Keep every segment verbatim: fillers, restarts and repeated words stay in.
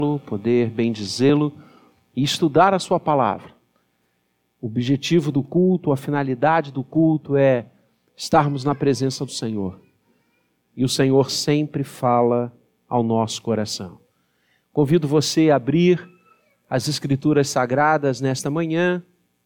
poder bendizê-lo e estudar a sua palavra. O objetivo do culto, a finalidade do culto é estarmos na presença do Senhor. E o Senhor sempre fala ao nosso coração. Convido você a abrir as Escrituras Sagradas nesta manhã,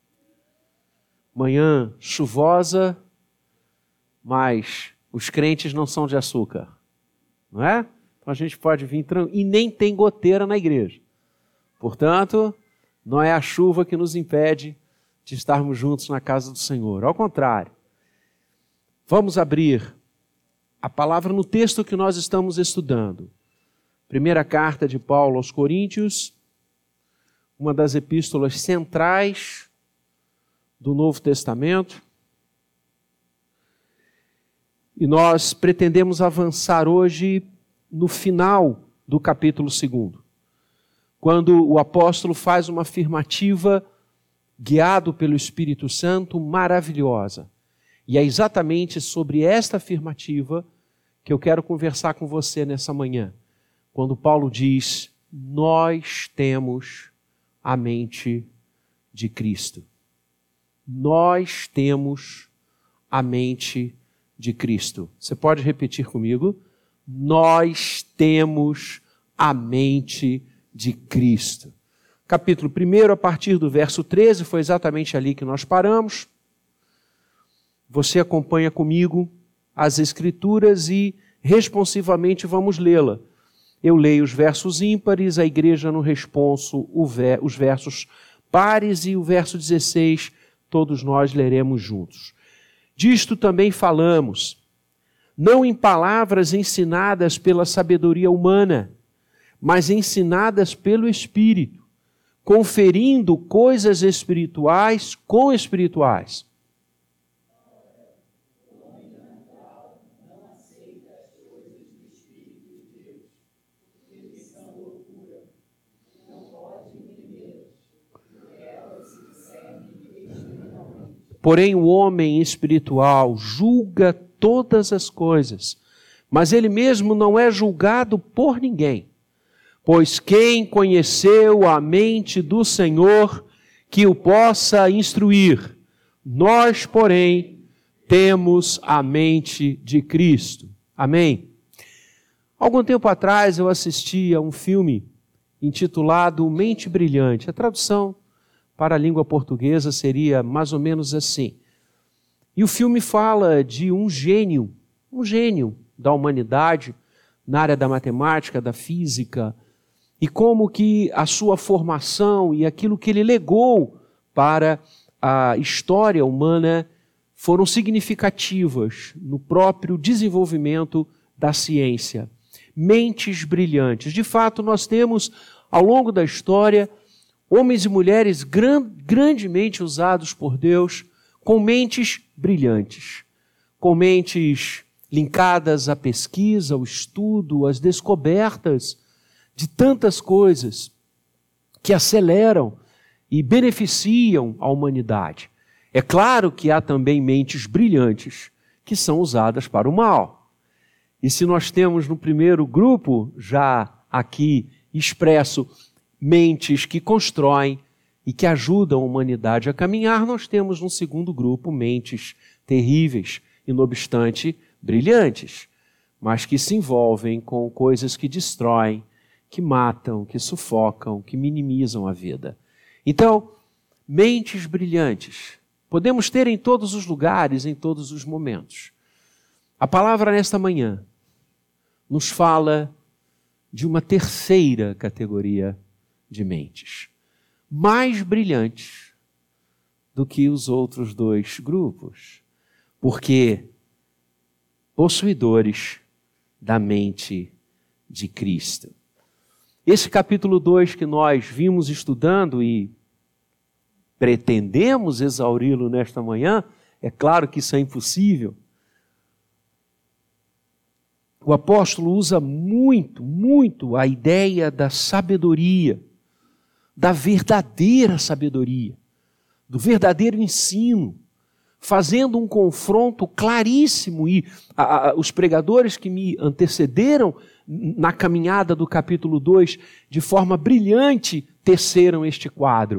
manhã chuvosa, mas os crentes não são de açúcar, não é? Então a gente pode vir tranquilo, e nem tem goteira na igreja. Portanto, não é a chuva que nos impede de estarmos juntos na casa do Senhor. Ao contrário, vamos abrir a palavra no texto que nós estamos estudando. Primeira carta de Paulo aos Coríntios, uma das epístolas centrais do Novo Testamento. E nós pretendemos avançar hoje no final do capítulo segundo, quando o apóstolo faz uma afirmativa guiado pelo Espírito Santo maravilhosa. E é exatamente sobre esta afirmativa que eu quero conversar com você nessa manhã, quando Paulo diz: nós temos a mente de Cristo. Nós temos a mente de Cristo. Você pode repetir comigo? Nós temos a mente de Cristo. Capítulo primeiro, a partir do verso treze, foi exatamente ali que nós paramos. Você acompanha comigo as Escrituras e responsivamente vamos lê-la. Eu leio os versos ímpares, a igreja no responso, os versos pares e o verso dezesseis, todos nós leremos juntos. Disto também falamos, não em palavras ensinadas pela sabedoria humana, mas ensinadas pelo Espírito, conferindo coisas espirituais com espirituais. Porém, o homem espiritual julga todas as coisas, mas ele mesmo não é julgado por ninguém. Pois quem conheceu a mente do Senhor, que o possa instruir? Nós, porém, temos a mente de Cristo. Amém? Algum tempo atrás eu assisti a um filme intitulado Mente Brilhante. A tradução para a língua portuguesa seria mais ou menos assim. E o filme fala de um gênio, um gênio da humanidade, na área da matemática, da física, e como que a sua formação e aquilo que ele legou para a história humana foram significativas no próprio desenvolvimento da ciência. Mentes brilhantes. De fato, nós temos, ao longo da história, homens e mulheres gran- grandemente usados por Deus com mentes brilhantes, com mentes linkadas à pesquisa, ao estudo, às descobertas de tantas coisas que aceleram e beneficiam a humanidade. É claro que há também mentes brilhantes que são usadas para o mal. E se nós temos no primeiro grupo, já aqui expresso, mentes que constroem e que ajudam a humanidade a caminhar, nós temos no segundo grupo mentes terríveis e, não obstante, brilhantes, mas que se envolvem com coisas que destroem, que matam, que sufocam, que minimizam a vida. Então, mentes brilhantes podemos ter em todos os lugares, em todos os momentos. A palavra nesta manhã nos fala de uma terceira categoria de mentes, mais brilhantes do que os outros dois grupos, porque possuidores da mente de Cristo. Esse capítulo dois que nós vimos estudando e pretendemos exauri-lo nesta manhã, é claro que isso é impossível. O apóstolo usa muito, muito a ideia da sabedoria, da verdadeira sabedoria, do verdadeiro ensino, fazendo um confronto claríssimo, e a, a, os pregadores que me antecederam na caminhada do capítulo dois, de forma brilhante, teceram este quadro.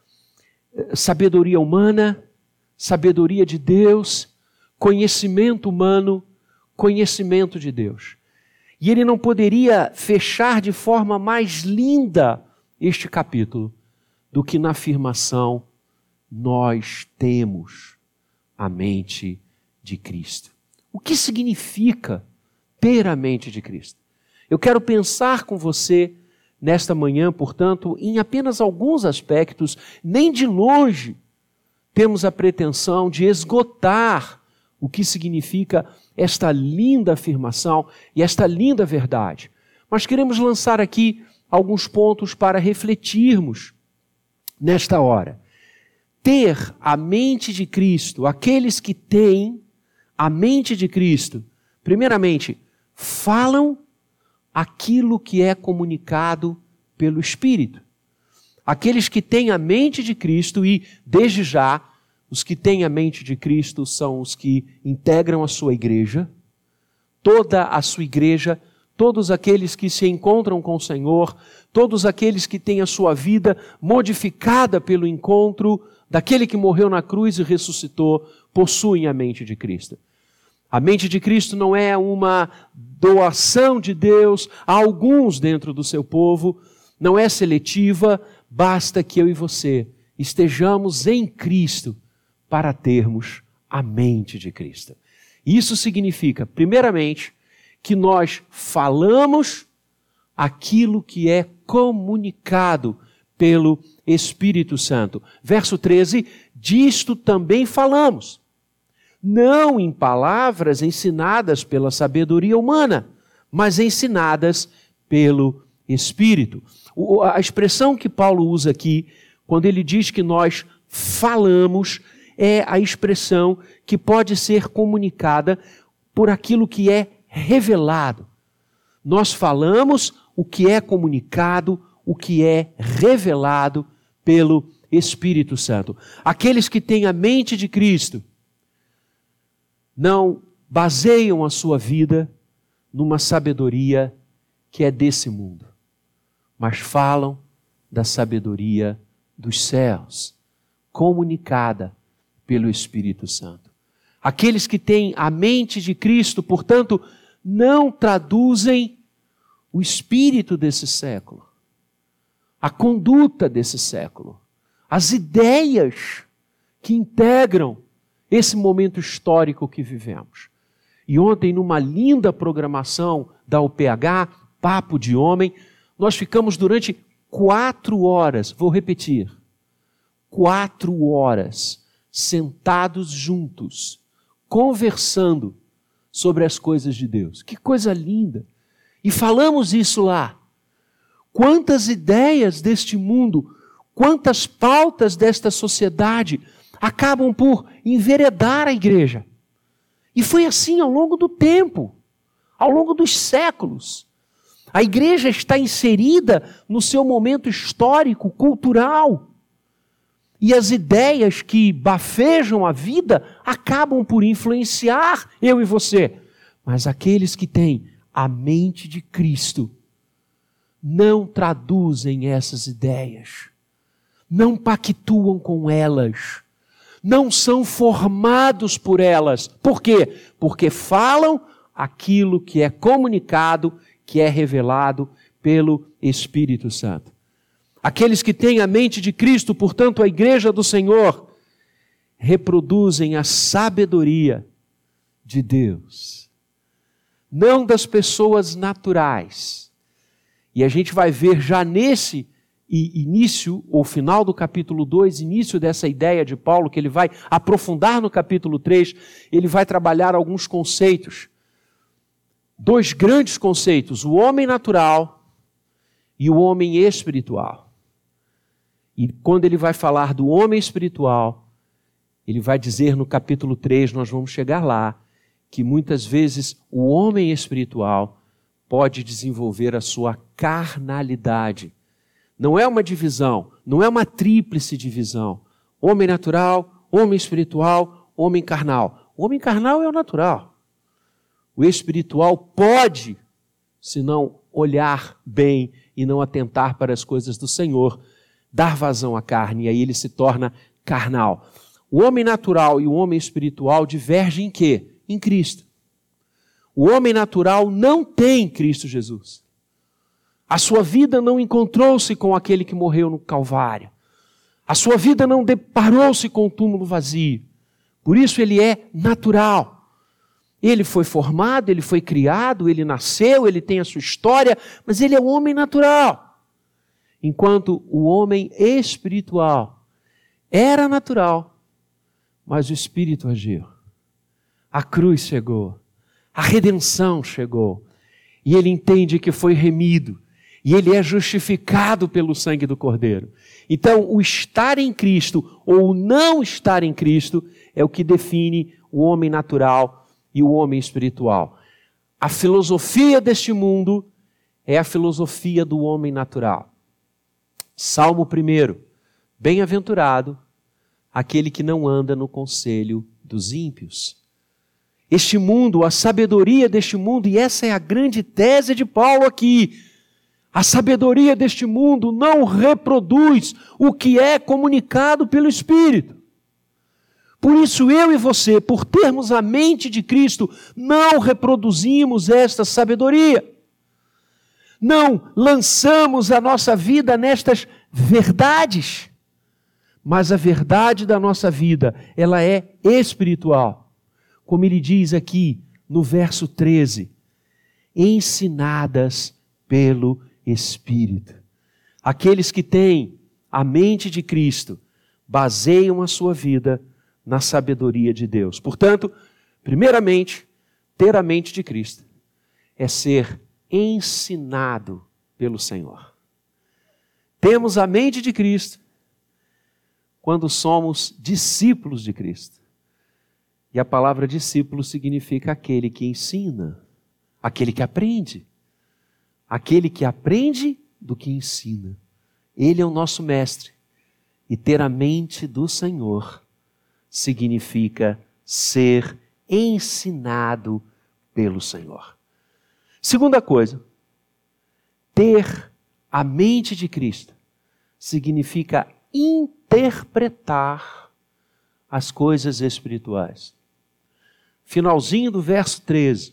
Sabedoria humana, sabedoria de Deus, conhecimento humano, conhecimento de Deus. E ele não poderia fechar de forma mais linda este capítulo do que na afirmação: nós temos a mente de Cristo. O que significa ter a mente de Cristo? Eu quero pensar com você nesta manhã, portanto, em apenas alguns aspectos. Nem de longe temos a pretensão de esgotar o que significa esta linda afirmação e esta linda verdade. Mas queremos lançar aqui alguns pontos para refletirmos nesta hora. Ter a mente de Cristo, aqueles que têm a mente de Cristo, primeiramente, falam aquilo que é comunicado pelo Espírito. Aqueles que têm a mente de Cristo, e desde já, os que têm a mente de Cristo são os que integram a sua igreja, toda a sua igreja, todos aqueles que se encontram com o Senhor, todos aqueles que têm a sua vida modificada pelo encontro daquele que morreu na cruz e ressuscitou, possuem a mente de Cristo. A mente de Cristo não é uma doação de Deus a alguns dentro do seu povo, não é seletiva, basta que eu e você estejamos em Cristo para termos a mente de Cristo. Isso significa, primeiramente, que nós falamos aquilo que é comunicado pelo Espírito Santo. Verso treze, disto também falamos, não em palavras ensinadas pela sabedoria humana, mas ensinadas pelo Espírito. A expressão que Paulo usa aqui, quando ele diz que nós falamos, é a expressão que pode ser comunicada por aquilo que é revelado. Nós falamos o que é comunicado, o que é revelado pelo Espírito Santo. Aqueles que têm a mente de Cristo não baseiam a sua vida numa sabedoria que é desse mundo, mas falam da sabedoria dos céus, comunicada pelo Espírito Santo. Aqueles que têm a mente de Cristo, portanto, não traduzem o espírito desse século, a conduta desse século, as ideias que integram esse momento histórico que vivemos. E ontem, numa linda programação da U P H, Papo de Homem, nós ficamos durante quatro horas, vou repetir, quatro horas sentados juntos, conversando sobre as coisas de Deus. Que coisa linda! E falamos isso lá. Quantas ideias deste mundo, quantas pautas desta sociedade acabam por enveredar a igreja. E foi assim ao longo do tempo, ao longo dos séculos. A igreja está inserida no seu momento histórico, cultural. E as ideias que bafejam a vida acabam por influenciar eu e você. Mas aqueles que têm a mente de Cristo não traduzem essas ideias, não pactuam com elas, não são formados por elas. Por quê? Porque falam aquilo que é comunicado, que é revelado pelo Espírito Santo. Aqueles que têm a mente de Cristo, portanto, a igreja do Senhor, reproduzem a sabedoria de Deus, não das pessoas naturais. E a gente vai ver já nesse início, ou final do capítulo dois, início dessa ideia de Paulo, que ele vai aprofundar no capítulo três, ele vai trabalhar alguns conceitos. Dois grandes conceitos, o homem natural e o homem espiritual. E quando ele vai falar do homem espiritual, ele vai dizer no capítulo três, nós vamos chegar lá, que muitas vezes o homem espiritual pode desenvolver a sua carnalidade. Não é uma divisão, não é uma tríplice divisão. Homem natural, homem espiritual, homem carnal. O homem carnal é o natural. O espiritual pode senão olhar bem e não atentar para as coisas do Senhor, dar vazão à carne, e aí ele se torna carnal. O homem natural e o homem espiritual divergem em quê? Em Cristo. O homem natural não tem Cristo Jesus. A sua vida não encontrou-se com aquele que morreu no Calvário. A sua vida não deparou-se com o túmulo vazio. Por isso ele é natural. Ele foi formado, ele foi criado, ele nasceu, ele tem a sua história, mas ele é um homem natural. Enquanto o homem espiritual era natural, mas o Espírito agiu. A cruz chegou, a redenção chegou, e ele entende que foi remido, e ele é justificado pelo sangue do Cordeiro. Então, o estar em Cristo ou o não estar em Cristo é o que define o homem natural e o homem espiritual. A filosofia deste mundo é a filosofia do homem natural. Salmo primeiro, bem-aventurado aquele que não anda no conselho dos ímpios. Este mundo, a sabedoria deste mundo, e essa é a grande tese de Paulo aqui, a sabedoria deste mundo não reproduz o que é comunicado pelo Espírito. Por isso eu e você, por termos a mente de Cristo, não reproduzimos esta sabedoria. Não lançamos a nossa vida nestas verdades. Mas a verdade da nossa vida, ela é espiritual. Como ele diz aqui no verso treze, ensinadas pelo Espírito. Aqueles que têm a mente de Cristo baseiam a sua vida na sabedoria de Deus. Portanto, primeiramente, ter a mente de Cristo é ser ensinado pelo Senhor. Temos a mente de Cristo quando somos discípulos de Cristo. E a palavra discípulo significa aquele que ensina, aquele que aprende. Aquele que aprende do que ensina. Ele é o nosso mestre. E ter a mente do Senhor significa ser ensinado pelo Senhor. Segunda coisa, ter a mente de Cristo significa interpretar as coisas espirituais. Finalzinho do verso treze.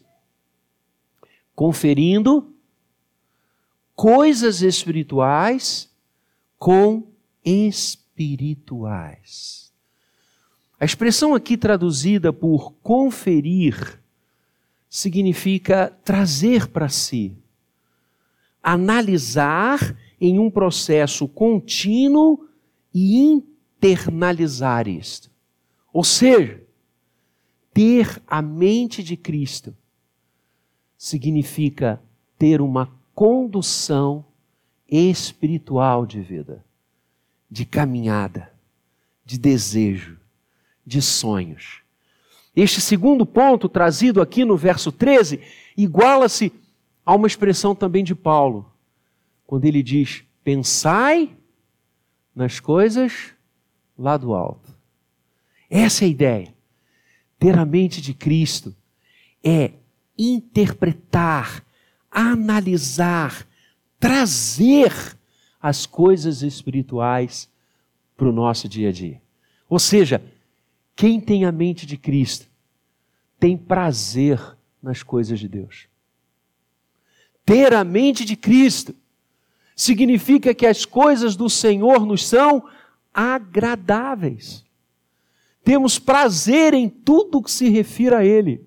Conferindo coisas espirituais com espirituais. A expressão aqui traduzida por conferir significa trazer para si, analisar em um processo contínuo e internalizar isto. Ou seja, ter a mente de Cristo significa ter uma condução espiritual de vida, de caminhada, de desejo, de sonhos. Este segundo ponto, trazido aqui no verso treze, iguala-se a uma expressão também de Paulo, quando ele diz, pensai nas coisas lá do alto. Essa é a ideia. Ter a mente de Cristo é interpretar, analisar, trazer as coisas espirituais para o nosso dia a dia. Ou seja, quem tem a mente de Cristo tem prazer nas coisas de Deus. Ter a mente de Cristo significa que as coisas do Senhor nos são agradáveis. Temos prazer em tudo que se refere a Ele.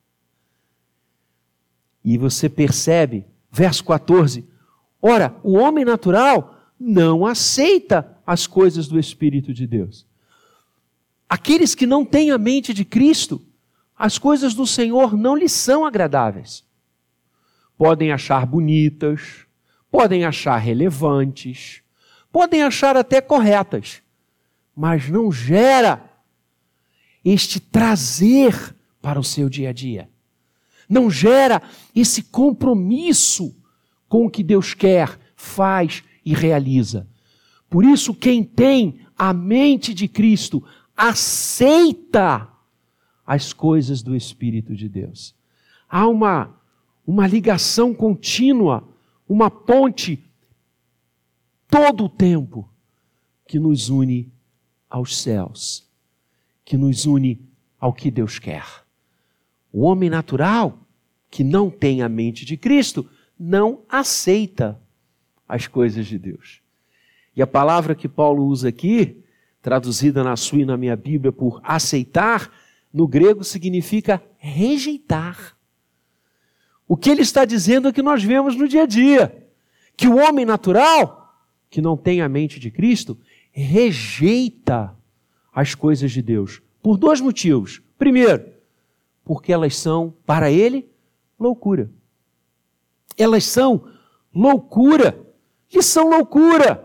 E você percebe, verso quatorze, ora, o homem natural não aceita as coisas do Espírito de Deus. Aqueles que não têm a mente de Cristo, as coisas do Senhor não lhes são agradáveis. Podem achar bonitas, podem achar relevantes, podem achar até corretas, mas não gera este trazer para o seu dia a dia. Não gera esse compromisso com o que Deus quer, faz e realiza. Por isso, quem tem a mente de Cristo aceita as coisas do Espírito de Deus. Há uma, uma ligação contínua, uma ponte todo o tempo que nos une aos céus, que nos une ao que Deus quer. O homem natural, que não tem a mente de Cristo, não aceita as coisas de Deus. E a palavra que Paulo usa aqui, traduzida na sua e na minha Bíblia por aceitar, no grego significa rejeitar. O que ele está dizendo é que nós vemos no dia a dia, que o homem natural, que não tem a mente de Cristo, rejeita as coisas de Deus, por dois motivos. Primeiro, porque elas são, para ele, loucura. Elas são loucura, e são loucura.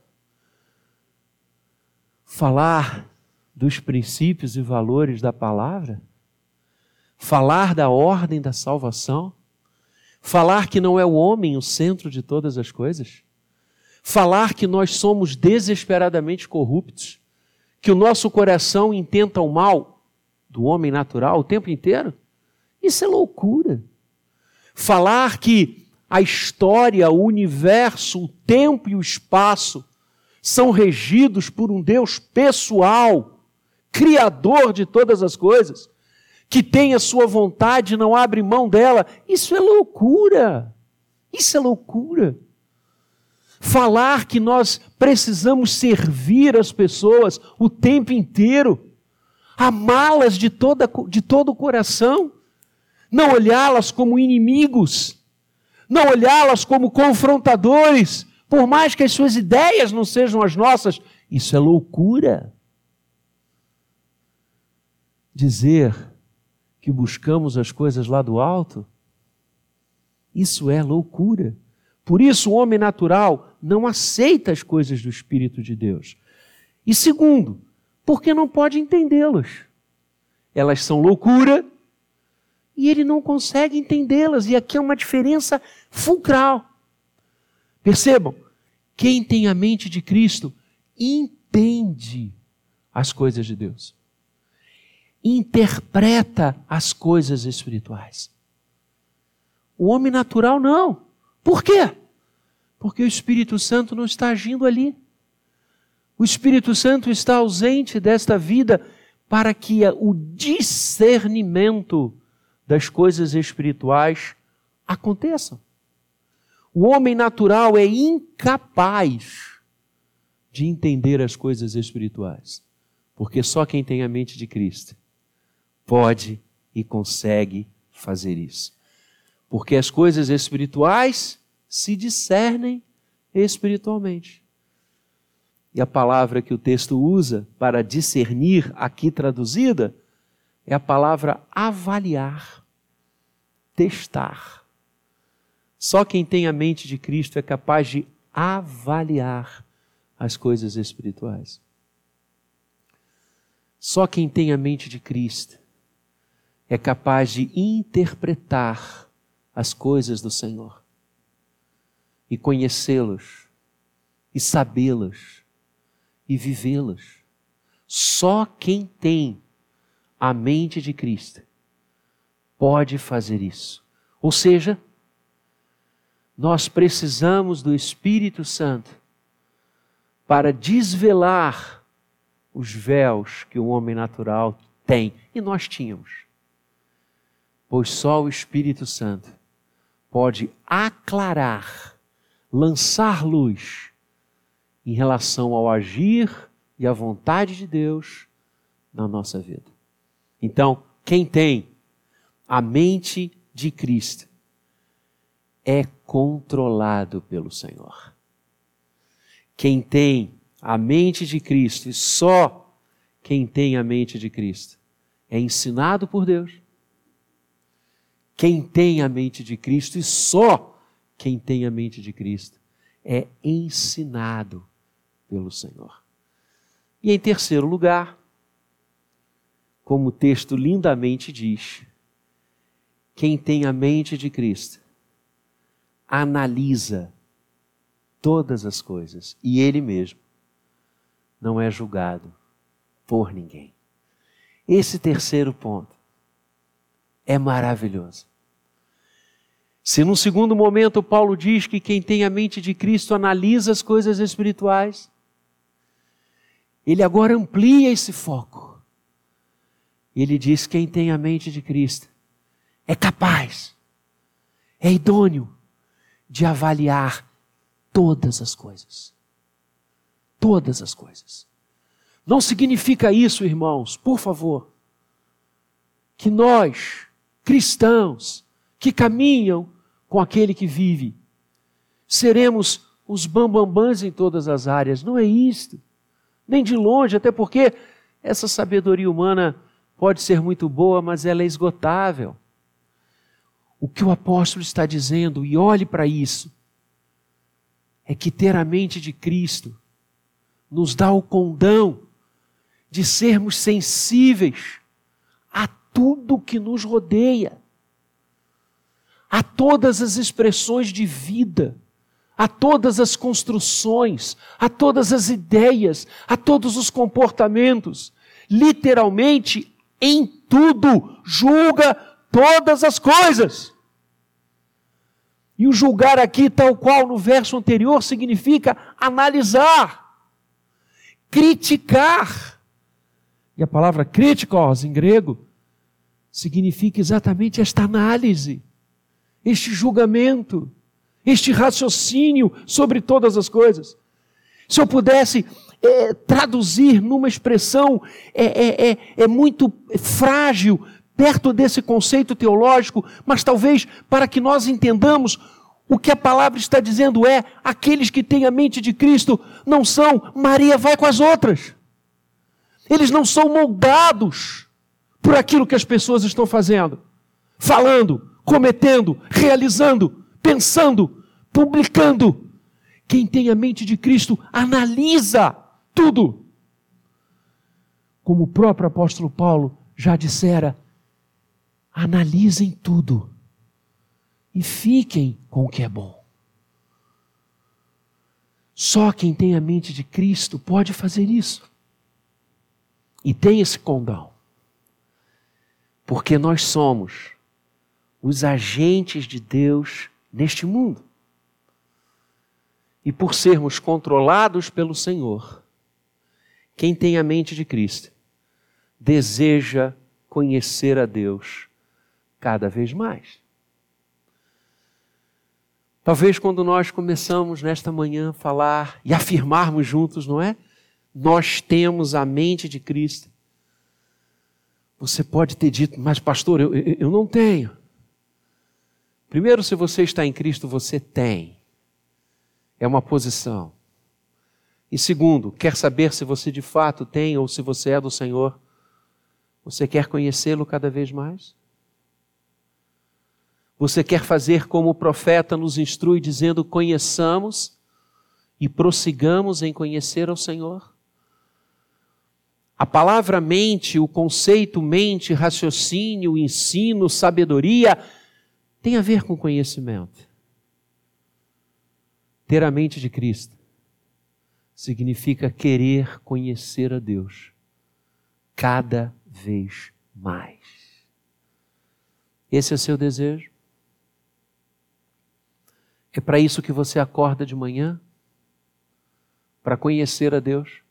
Falar dos princípios e valores da palavra, falar da ordem da salvação, falar que não é o homem o centro de todas as coisas, falar que nós somos desesperadamente corruptos, que o nosso coração intenta o mal do homem natural o tempo inteiro, isso é loucura. Falar que a história, o universo, o tempo e o espaço são regidos por um Deus pessoal, criador de todas as coisas, que tem a sua vontade e não abre mão dela, isso é loucura. Isso é loucura. Falar que nós precisamos servir as pessoas o tempo inteiro, amá-las de, toda, de todo o coração, não olhá-las como inimigos, não olhá-las como confrontadores, por mais que as suas ideias não sejam as nossas, isso é loucura. Dizer que buscamos as coisas lá do alto, isso é loucura. Por isso o homem natural não aceita as coisas do Espírito de Deus. E segundo, porque não pode entendê-las. Elas são loucura e ele não consegue entendê-las. E aqui é uma diferença fulcral. Percebam, quem tem a mente de Cristo entende as coisas de Deus. Interpreta as coisas espirituais. O homem natural não. Por quê? Porque o Espírito Santo não está agindo ali. O Espírito Santo está ausente desta vida para que o discernimento das coisas espirituais aconteçam. O homem natural é incapaz de entender as coisas espirituais, porque só quem tem a mente de Cristo pode e consegue fazer isso. Porque as coisas espirituais se discernem espiritualmente. E a palavra que o texto usa para discernir, aqui traduzida, é a palavra avaliar, testar. Só quem tem a mente de Cristo é capaz de avaliar as coisas espirituais. Só quem tem a mente de Cristo é capaz de interpretar as coisas do Senhor e conhecê-las e sabê-las e vivê-las. Só quem tem a mente de Cristo pode fazer isso. Ou seja, nós precisamos do Espírito Santo para desvelar os véus que o homem natural tem. E nós tínhamos. Pois só o Espírito Santo pode aclarar, lançar luz em relação ao agir e à vontade de Deus na nossa vida. Então, quem tem a mente de Cristo é controlado pelo Senhor. Quem tem a mente de Cristo, e só quem tem a mente de Cristo, é ensinado por Deus. Quem tem a mente de Cristo, e só quem tem a mente de Cristo, é ensinado pelo Senhor. E em terceiro lugar, como o texto lindamente diz, quem tem a mente de Cristo analisa todas as coisas e ele mesmo não é julgado por ninguém. Esse terceiro ponto é maravilhoso. Se num segundo momento Paulo diz que quem tem a mente de Cristo analisa as coisas espirituais, ele agora amplia esse foco. Ele diz que quem tem a mente de Cristo é capaz, é idôneo de avaliar todas as coisas. Todas as coisas. Não significa isso, irmãos, por favor, que nós, cristãos, que caminham com aquele que vive, seremos os bambambãs em todas as áreas. Não é isto. Nem de longe, até porque essa sabedoria humana pode ser muito boa, mas ela é esgotável. O que o apóstolo está dizendo, e olhe para isso, é que ter a mente de Cristo nos dá o condão de sermos sensíveis a tudo que nos rodeia, a todas as expressões de vida, a todas as construções, a todas as ideias, a todos os comportamentos. Literalmente, em tudo, julga todas as coisas. E o julgar aqui, tal qual no verso anterior, significa analisar, criticar. E a palavra kritikos, em grego, significa exatamente esta análise, este julgamento, este raciocínio sobre todas as coisas. Se eu pudesse é, traduzir numa expressão é, é, é, é muito frágil, perto desse conceito teológico, mas talvez para que nós entendamos o que a palavra está dizendo é: aqueles que têm a mente de Cristo não são Maria vai com as outras. Eles não são moldados por aquilo que as pessoas estão fazendo, falando, cometendo, realizando, pensando, publicando. Quem tem a mente de Cristo analisa tudo. Como o próprio apóstolo Paulo já dissera, analisem tudo e fiquem com o que é bom. Só quem tem a mente de Cristo pode fazer isso. E tem esse condão. Porque nós somos os agentes de Deus neste mundo. E por sermos controlados pelo Senhor, quem tem a mente de Cristo deseja conhecer a Deus cada vez mais. Talvez quando nós começamos nesta manhã a falar e afirmarmos juntos, não é? Nós temos a mente de Cristo. Você pode ter dito, mas pastor, eu, eu, eu não tenho. Primeiro, se você está em Cristo, você tem. É uma posição. E segundo, quer saber se você de fato tem ou se você é do Senhor? Você quer conhecê-lo cada vez mais? Você quer fazer como o profeta nos instrui, dizendo, conheçamos e prossigamos em conhecer ao Senhor? A palavra mente, o conceito mente, raciocínio, ensino, sabedoria, tem a ver com conhecimento. Ter a mente de Cristo significa querer conhecer a Deus cada vez mais. Esse é o seu desejo? É para isso que você acorda de manhã? Para conhecer a Deus?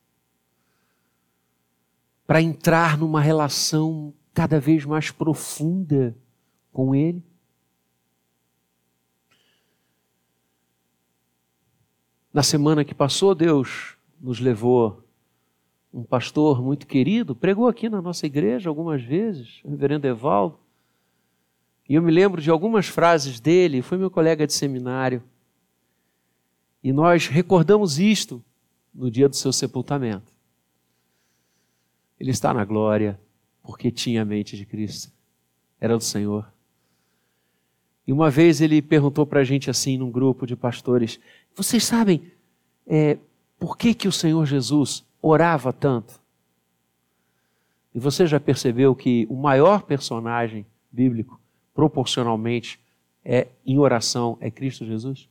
Para entrar numa relação cada vez mais profunda com Ele? Na semana que passou, Deus nos levou um pastor muito querido, pregou aqui na nossa igreja algumas vezes, o reverendo Evaldo, e eu me lembro de algumas frases dele, foi meu colega de seminário, e nós recordamos isto no dia do seu sepultamento. Ele está na glória, porque tinha a mente de Cristo, era do Senhor. E uma vez ele perguntou para a gente assim, num grupo de pastores, vocês sabem é, por que, que o Senhor Jesus orava tanto? E você já percebeu que o maior personagem bíblico, proporcionalmente, é, em oração, é Cristo Jesus?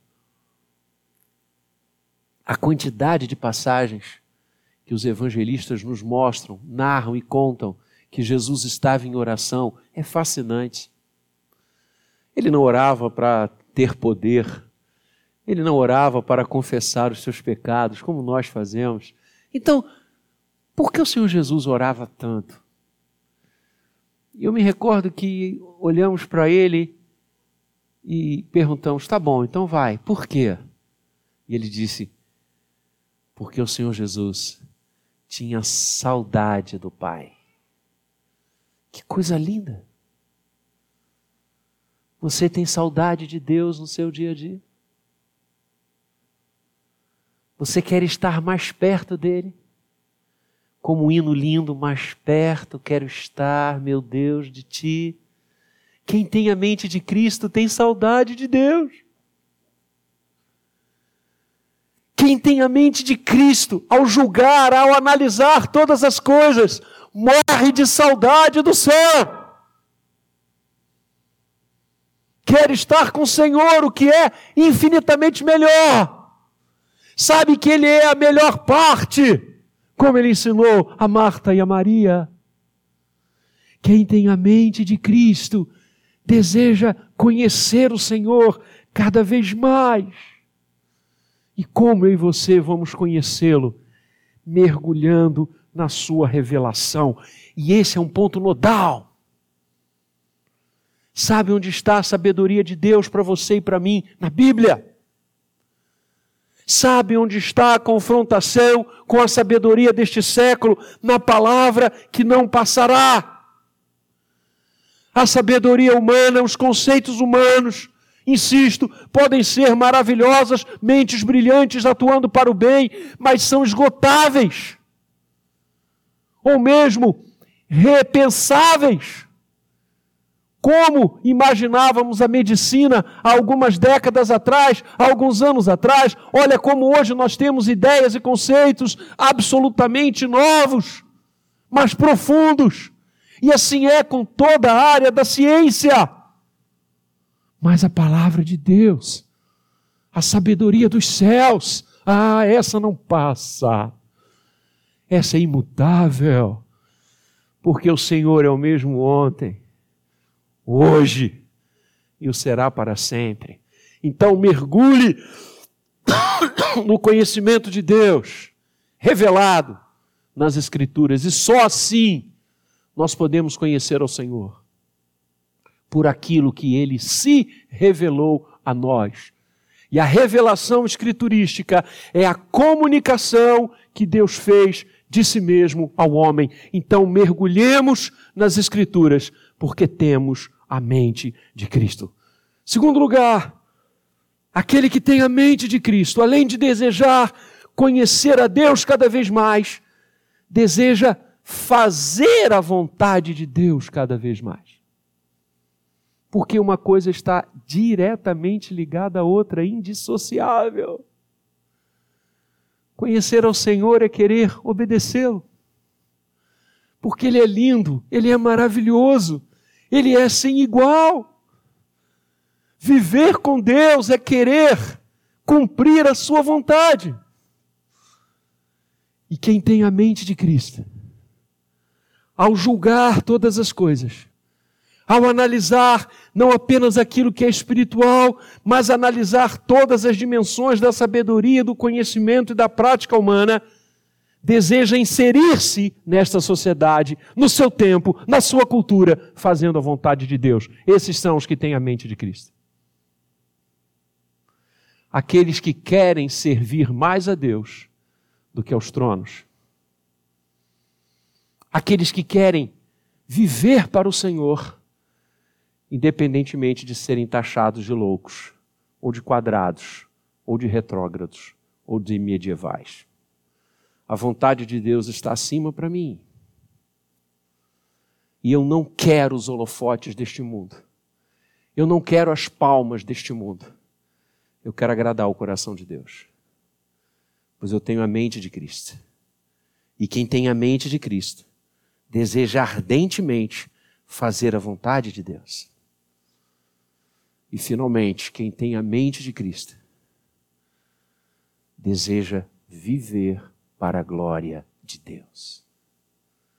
A quantidade de passagens que os evangelistas nos mostram, narram e contam que Jesus estava em oração é fascinante. Ele não orava para ter poder. Ele não orava para confessar os seus pecados, como nós fazemos. Então, por que o Senhor Jesus orava tanto? Eu me recordo que olhamos para ele e perguntamos, tá bom, então vai, por quê? E ele disse, porque o Senhor Jesus tinha saudade do Pai. Que coisa linda! Você tem saudade de Deus no seu dia a dia? Você quer estar mais perto dele? Como um hino lindo, mais perto quero estar, meu Deus, de ti. Quem tem a mente de Cristo tem saudade de Deus. Quem tem a mente de Cristo, ao julgar, ao analisar todas as coisas, morre de saudade do céu. Quer estar com o Senhor, o que é infinitamente melhor. Sabe que Ele é a melhor parte, como Ele ensinou a Marta e a Maria. Quem tem a mente de Cristo deseja conhecer o Senhor cada vez mais. E como eu e você vamos conhecê-lo? Mergulhando na sua revelação. E esse é um ponto nodal. Sabe onde está a sabedoria de Deus para você e para mim? Na Bíblia. Sabe onde está a confrontação com a sabedoria deste século? Na palavra que não passará. A sabedoria humana, os conceitos humanos, insisto, podem ser maravilhosas, mentes brilhantes atuando para o bem, mas são esgotáveis. Ou mesmo repensáveis. Como imaginávamos a medicina há algumas décadas atrás, há alguns anos atrás, olha como hoje nós temos ideias e conceitos absolutamente novos, mas profundos. E assim é com toda a área da ciência. Mas a palavra de Deus, a sabedoria dos céus, ah, essa não passa. Essa é imutável, porque o Senhor é o mesmo ontem, hoje e o será para sempre. Então mergulhe no conhecimento de Deus, revelado nas Escrituras, e só assim nós podemos conhecer ao Senhor, por aquilo que Ele se revelou a nós. E a revelação escriturística é a comunicação que Deus fez de si mesmo ao homem. Então mergulhemos nas Escrituras, porque temos a mente de Cristo. Segundo lugar, aquele que tem a mente de Cristo, além de desejar conhecer a Deus cada vez mais, deseja fazer a vontade de Deus cada vez mais. Porque uma coisa está diretamente ligada à outra, indissociável. Conhecer ao Senhor é querer obedecê-lo. Porque Ele é lindo, Ele é maravilhoso, Ele é sem igual. Viver com Deus é querer cumprir a sua vontade. E quem tem a mente de Cristo, ao julgar todas as coisas, ao analisar não apenas aquilo que é espiritual, mas analisar todas as dimensões da sabedoria, do conhecimento e da prática humana, deseja inserir-se nesta sociedade, no seu tempo, na sua cultura, fazendo a vontade de Deus. Esses são os que têm a mente de Cristo. Aqueles que querem servir mais a Deus do que aos tronos. Aqueles que querem viver para o Senhor, independentemente de serem taxados de loucos, ou de quadrados, ou de retrógrados, ou de medievais. A vontade de Deus está acima para mim. E eu não quero os holofotes deste mundo. Eu não quero as palmas deste mundo. Eu quero agradar o coração de Deus. Pois eu tenho a mente de Cristo. E quem tem a mente de Cristo deseja ardentemente fazer a vontade de Deus. E finalmente, quem tem a mente de Cristo deseja viver para a glória de Deus.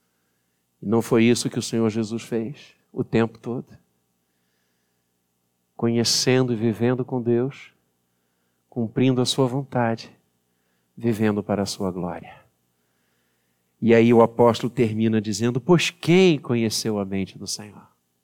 E não foi isso que o Senhor Jesus fez o tempo todo? conhecendo e vivendo com Deus, cumprindo a sua vontade, vivendo para a sua glória. E aí o apóstolo termina dizendo: pois quem conheceu a mente do Senhor?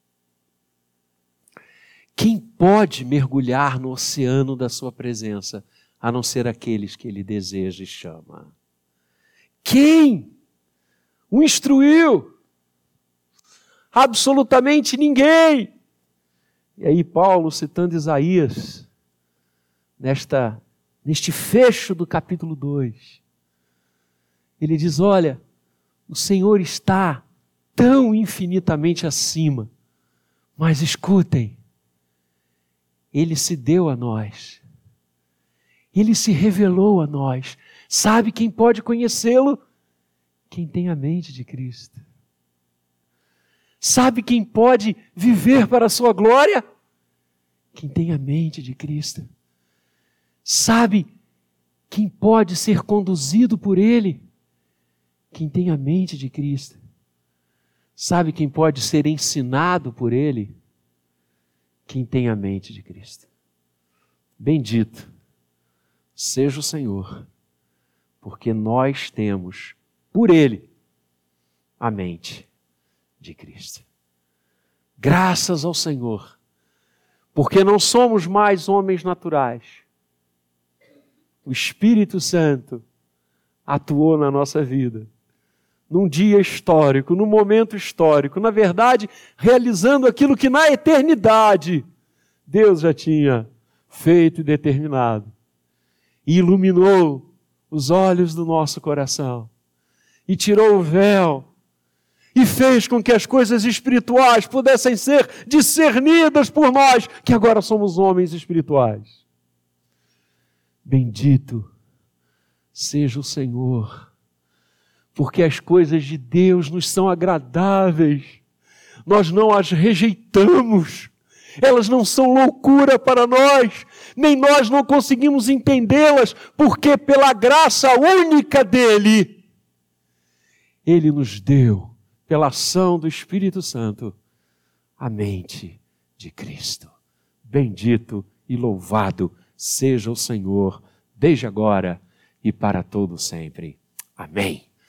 Quem pode mergulhar no oceano da sua presença, a não ser aqueles que ele deseja e chama? Quem o instruiu? Absolutamente ninguém. E aí Paulo, citando Isaías, nesta, neste fecho do capítulo dois, ele diz: olha, o Senhor está tão infinitamente acima, mas escutem, Ele se deu a nós, Ele se revelou a nós. Sabe quem pode conhecê-lo? Quem tem a mente de Cristo. Sabe quem pode viver para a sua glória? Quem tem a mente de Cristo. Sabe quem pode ser conduzido por Ele? Quem tem a mente de Cristo. Sabe quem pode ser ensinado por Ele? Quem tem a mente de Cristo. Bendito seja o Senhor, porque nós temos por Ele a mente de Cristo. Graças ao Senhor, porque não somos mais homens naturais. O Espírito Santo atuou na nossa vida, num dia histórico, num momento histórico, na verdade, realizando aquilo que na eternidade Deus já tinha feito e determinado. E iluminou os olhos do nosso coração, e tirou o véu, e fez com que as coisas espirituais pudessem ser discernidas por nós, que agora somos homens espirituais. Bendito seja o Senhor, porque as coisas de Deus nos são agradáveis, nós não as rejeitamos, elas não são loucura para nós, nem nós não conseguimos entendê-las, porque pela graça única dEle, Ele nos deu, pela ação do Espírito Santo, a mente de Cristo. Bendito e louvado seja o Senhor, desde agora e para todo sempre. Amém.